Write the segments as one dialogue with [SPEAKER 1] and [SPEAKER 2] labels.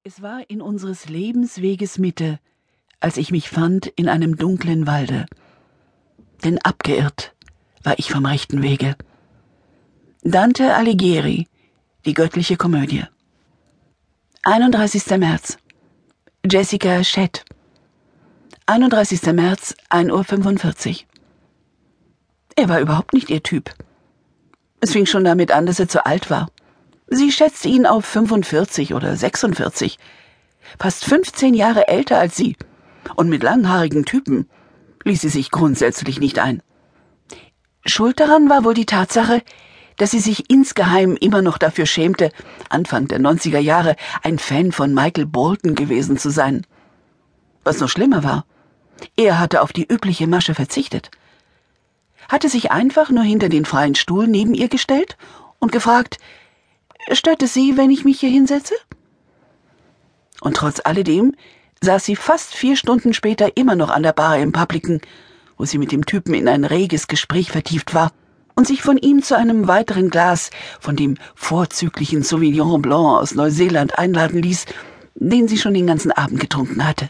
[SPEAKER 1] Es war in unseres Lebensweges Mitte, als ich mich fand in einem dunklen Walde. Denn abgeirrt war ich vom rechten Wege. Dante Alighieri, die göttliche Komödie. 31. März. Jessica Schett. 31. März, 1:45 Uhr. Er war überhaupt nicht ihr Typ. Es fing schon damit an, dass er zu alt war. Sie schätzte ihn auf 45 oder 46. Fast 15 Jahre älter als sie. Und mit langhaarigen Typen ließ sie sich grundsätzlich nicht ein. Schuld daran war wohl die Tatsache, dass sie sich insgeheim immer noch dafür schämte, Anfang der 90er Jahre ein Fan von Michael Bolton gewesen zu sein. Was noch schlimmer war, er hatte auf die übliche Masche verzichtet. Hatte sich einfach nur hinter den freien Stuhl neben ihr gestellt und gefragt: Stört es Sie, wenn ich mich hier hinsetze? Und trotz alledem saß sie fast 4 Stunden später immer noch an der Bar im Publican, wo sie mit dem Typen in ein reges Gespräch vertieft war und sich von ihm zu einem weiteren Glas von dem vorzüglichen Sauvignon Blanc aus Neuseeland einladen ließ, den sie schon den ganzen Abend getrunken hatte.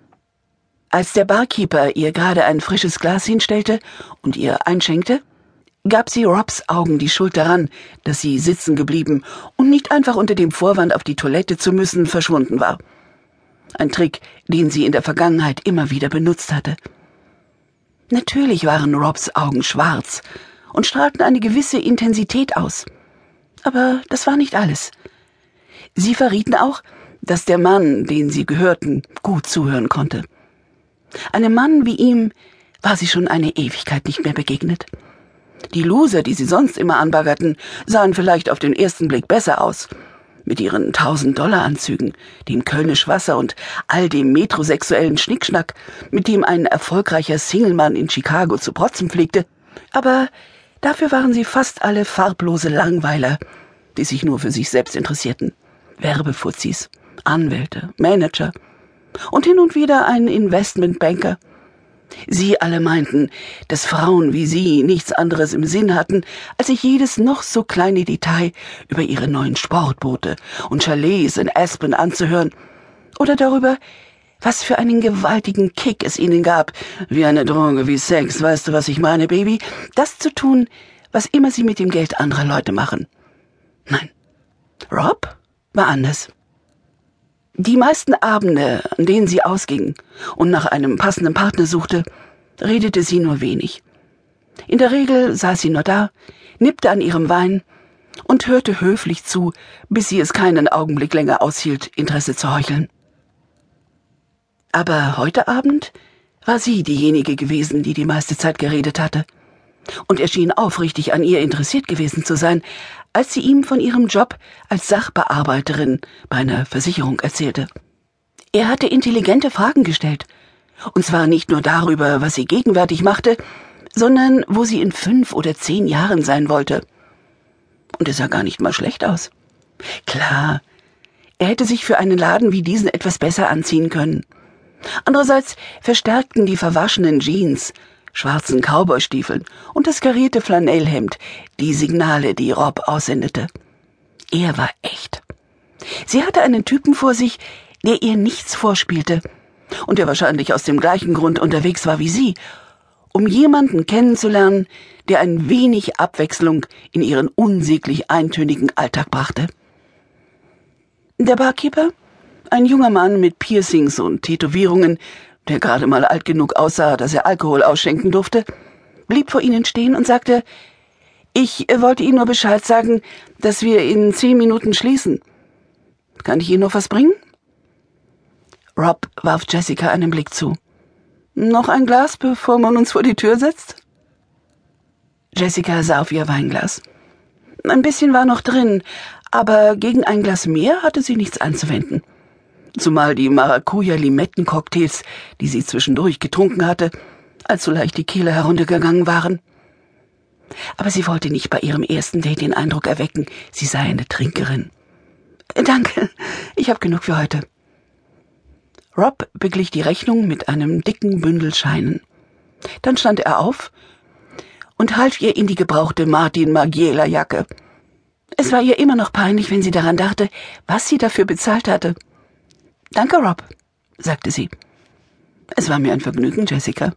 [SPEAKER 1] Als der Barkeeper ihr gerade ein frisches Glas hinstellte und ihr einschenkte, gab sie Robs Augen die Schuld daran, dass sie sitzen geblieben und nicht einfach unter dem Vorwand, auf die Toilette zu müssen, verschwunden war. Ein Trick, den sie in der Vergangenheit immer wieder benutzt hatte. Natürlich waren Robs Augen schwarz und strahlten eine gewisse Intensität aus. Aber das war nicht alles. Sie verrieten auch, dass der Mann, den sie gehörten, gut zuhören konnte. Einem Mann wie ihm war sie schon eine Ewigkeit nicht mehr begegnet. Die Loser, die sie sonst immer anbaggerten, sahen vielleicht auf den ersten Blick besser aus. Mit ihren 1000-Dollar-Anzügen, dem Kölnisch Wasser und all dem metrosexuellen Schnickschnack, mit dem ein erfolgreicher Singlemann in Chicago zu protzen pflegte. Aber dafür waren sie fast alle farblose Langweiler, die sich nur für sich selbst interessierten. Werbefuzis, Anwälte, Manager und hin und wieder ein Investmentbanker. Sie alle meinten, dass Frauen wie sie nichts anderes im Sinn hatten, als sich jedes noch so kleine Detail über ihre neuen Sportboote und Chalets in Aspen anzuhören oder darüber, was für einen gewaltigen Kick es ihnen gab, wie eine Droge, wie Sex, weißt du, was ich meine, Baby, das zu tun, was immer sie mit dem Geld anderer Leute machen. Nein, Rob war anders. Die meisten Abende, an denen sie ausging und nach einem passenden Partner suchte, redete sie nur wenig. In der Regel saß sie nur da, nippte an ihrem Wein und hörte höflich zu, bis sie es keinen Augenblick länger aushielt, Interesse zu heucheln. Aber heute Abend war sie diejenige gewesen, die die meiste Zeit geredet hatte. Und er schien aufrichtig an ihr interessiert gewesen zu sein, als sie ihm von ihrem Job als Sachbearbeiterin bei einer Versicherung erzählte. Er hatte intelligente Fragen gestellt, und zwar nicht nur darüber, was sie gegenwärtig machte, sondern wo sie in 5 oder 10 Jahren sein wollte. Und es sah gar nicht mal schlecht aus. Klar, er hätte sich für einen Laden wie diesen etwas besser anziehen können. Andererseits verstärkten die verwaschenen Jeans, schwarzen Cowboystiefeln und das karierte Flanellhemd die Signale, die Rob aussendete. Er war echt. Sie hatte einen Typen vor sich, der ihr nichts vorspielte und der wahrscheinlich aus dem gleichen Grund unterwegs war wie sie, um jemanden kennenzulernen, der ein wenig Abwechslung in ihren unsäglich eintönigen Alltag brachte. Der Barkeeper, ein junger Mann mit Piercings und Tätowierungen, der gerade mal alt genug aussah, dass er Alkohol ausschenken durfte, blieb vor ihnen stehen und sagte: Ich wollte Ihnen nur Bescheid sagen, dass wir in 10 Minuten schließen. Kann ich Ihnen noch was bringen? Rob warf Jessica einen Blick zu. Noch ein Glas, bevor man uns vor die Tür setzt? Jessica sah auf ihr Weinglas. Ein bisschen war noch drin, aber gegen ein Glas mehr hatte sie nichts einzuwenden. Zumal die Maracuja-Limetten-Cocktails, die sie zwischendurch getrunken hatte, allzu leicht die Kehle heruntergegangen waren. Aber sie wollte nicht bei ihrem ersten Date den Eindruck erwecken, sie sei eine Trinkerin. Danke, ich habe genug für heute. Rob beglich die Rechnung mit einem dicken Bündel Scheinen. Dann stand er auf und half ihr in die gebrauchte Martin-Margiela-Jacke. Es war ihr immer noch peinlich, wenn sie daran dachte, was sie dafür bezahlt hatte. »Danke, Rob«, sagte sie. »Es war mir ein Vergnügen, Jessica.«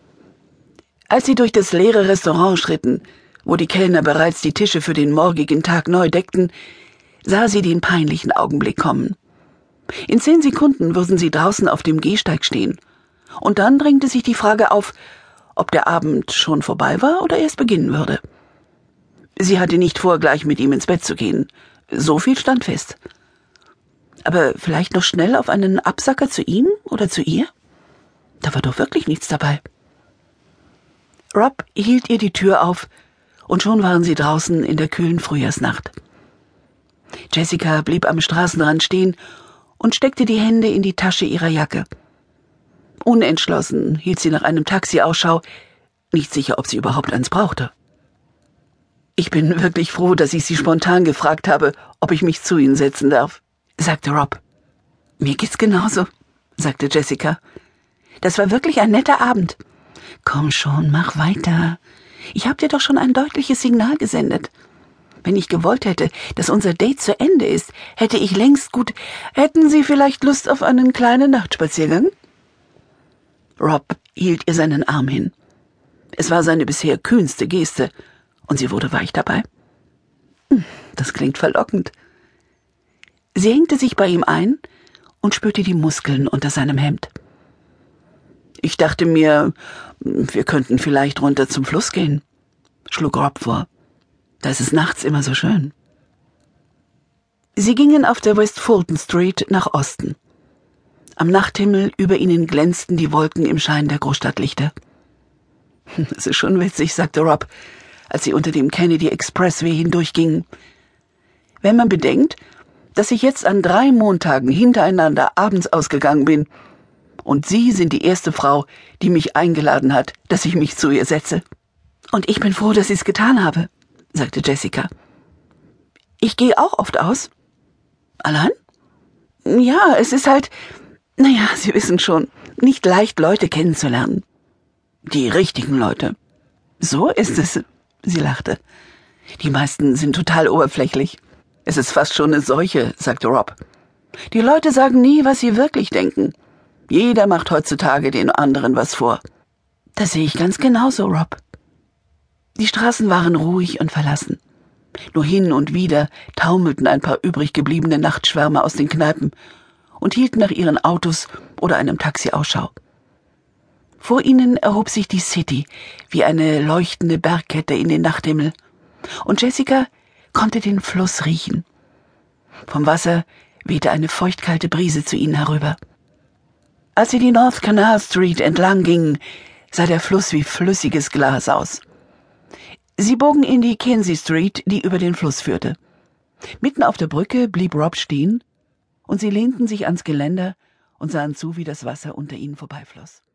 [SPEAKER 1] Als sie durch das leere Restaurant schritten, wo die Kellner bereits die Tische für den morgigen Tag neu deckten, sah sie den peinlichen Augenblick kommen. In 10 Sekunden würden sie draußen auf dem Gehsteig stehen. Und dann drängte sich die Frage auf, ob der Abend schon vorbei war oder erst beginnen würde. Sie hatte nicht vor, gleich mit ihm ins Bett zu gehen. So viel stand fest. Aber vielleicht noch schnell auf einen Absacker zu ihm oder zu ihr? Da war doch wirklich nichts dabei. Rob hielt ihr die Tür auf, und schon waren sie draußen in der kühlen Frühjahrsnacht. Jessica blieb am Straßenrand stehen und steckte die Hände in die Tasche ihrer Jacke. Unentschlossen hielt sie nach einem Taxi Ausschau, nicht sicher, ob sie überhaupt eins brauchte. »Ich bin wirklich froh, dass ich Sie spontan gefragt habe, ob ich mich zu Ihnen setzen darf«, sagte Rob. »Mir geht's genauso«, sagte Jessica. »Das war wirklich ein netter Abend. Komm schon, mach weiter. Ich habe dir doch schon ein deutliches Signal gesendet. Wenn ich gewollt hätte, dass unser Date zu Ende ist, hätte ich längst gut... Hätten Sie vielleicht Lust auf einen kleinen Nachtspaziergang?« Rob hielt ihr seinen Arm hin. Es war seine bisher kühnste Geste, und sie wurde weich dabei. Das klingt verlockend. Sie hängte sich bei ihm ein und spürte die Muskeln unter seinem Hemd. »Ich dachte mir, wir könnten vielleicht runter zum Fluss gehen«, schlug Rob vor. »Da ist es nachts immer so schön.« Sie gingen auf der West Fulton Street nach Osten. Am Nachthimmel über ihnen glänzten die Wolken im Schein der Großstadtlichter. »Es ist schon witzig«, sagte Rob, als sie unter dem Kennedy Expressway hindurchgingen. »Wenn man bedenkt, dass ich jetzt an 3 Montagen hintereinander abends ausgegangen bin, und Sie sind die erste Frau, die mich eingeladen hat, dass ich mich zu ihr setze.« »Und ich bin froh, dass ich es getan habe«, sagte Jessica. »Ich gehe auch oft aus.« »Allein?« »Ja, es ist halt, naja, Sie wissen schon, nicht leicht, Leute kennenzulernen.« »Die richtigen Leute.« »So ist es«, sie lachte. »Die meisten sind total oberflächlich. Es ist fast schon eine Seuche«, sagte Rob. »Die Leute sagen nie, was sie wirklich denken. Jeder macht heutzutage den anderen was vor.« »Das sehe ich ganz genauso, Rob.« Die Straßen waren ruhig und verlassen. Nur hin und wieder taumelten ein paar übrig gebliebene Nachtschwärmer aus den Kneipen und hielten nach ihren Autos oder einem Taxi Ausschau. Vor ihnen erhob sich die City wie eine leuchtende Bergkette in den Nachthimmel, und Jessica konnte den Fluss riechen. Vom Wasser wehte eine feuchtkalte Brise zu ihnen herüber. Als sie die North Canal Street entlang gingen, sah der Fluss wie flüssiges Glas aus. Sie bogen in die Kinsey Street, die über den Fluss führte. Mitten auf der Brücke blieb Rob stehen, und sie lehnten sich ans Geländer und sahen zu, wie das Wasser unter ihnen vorbeifloss.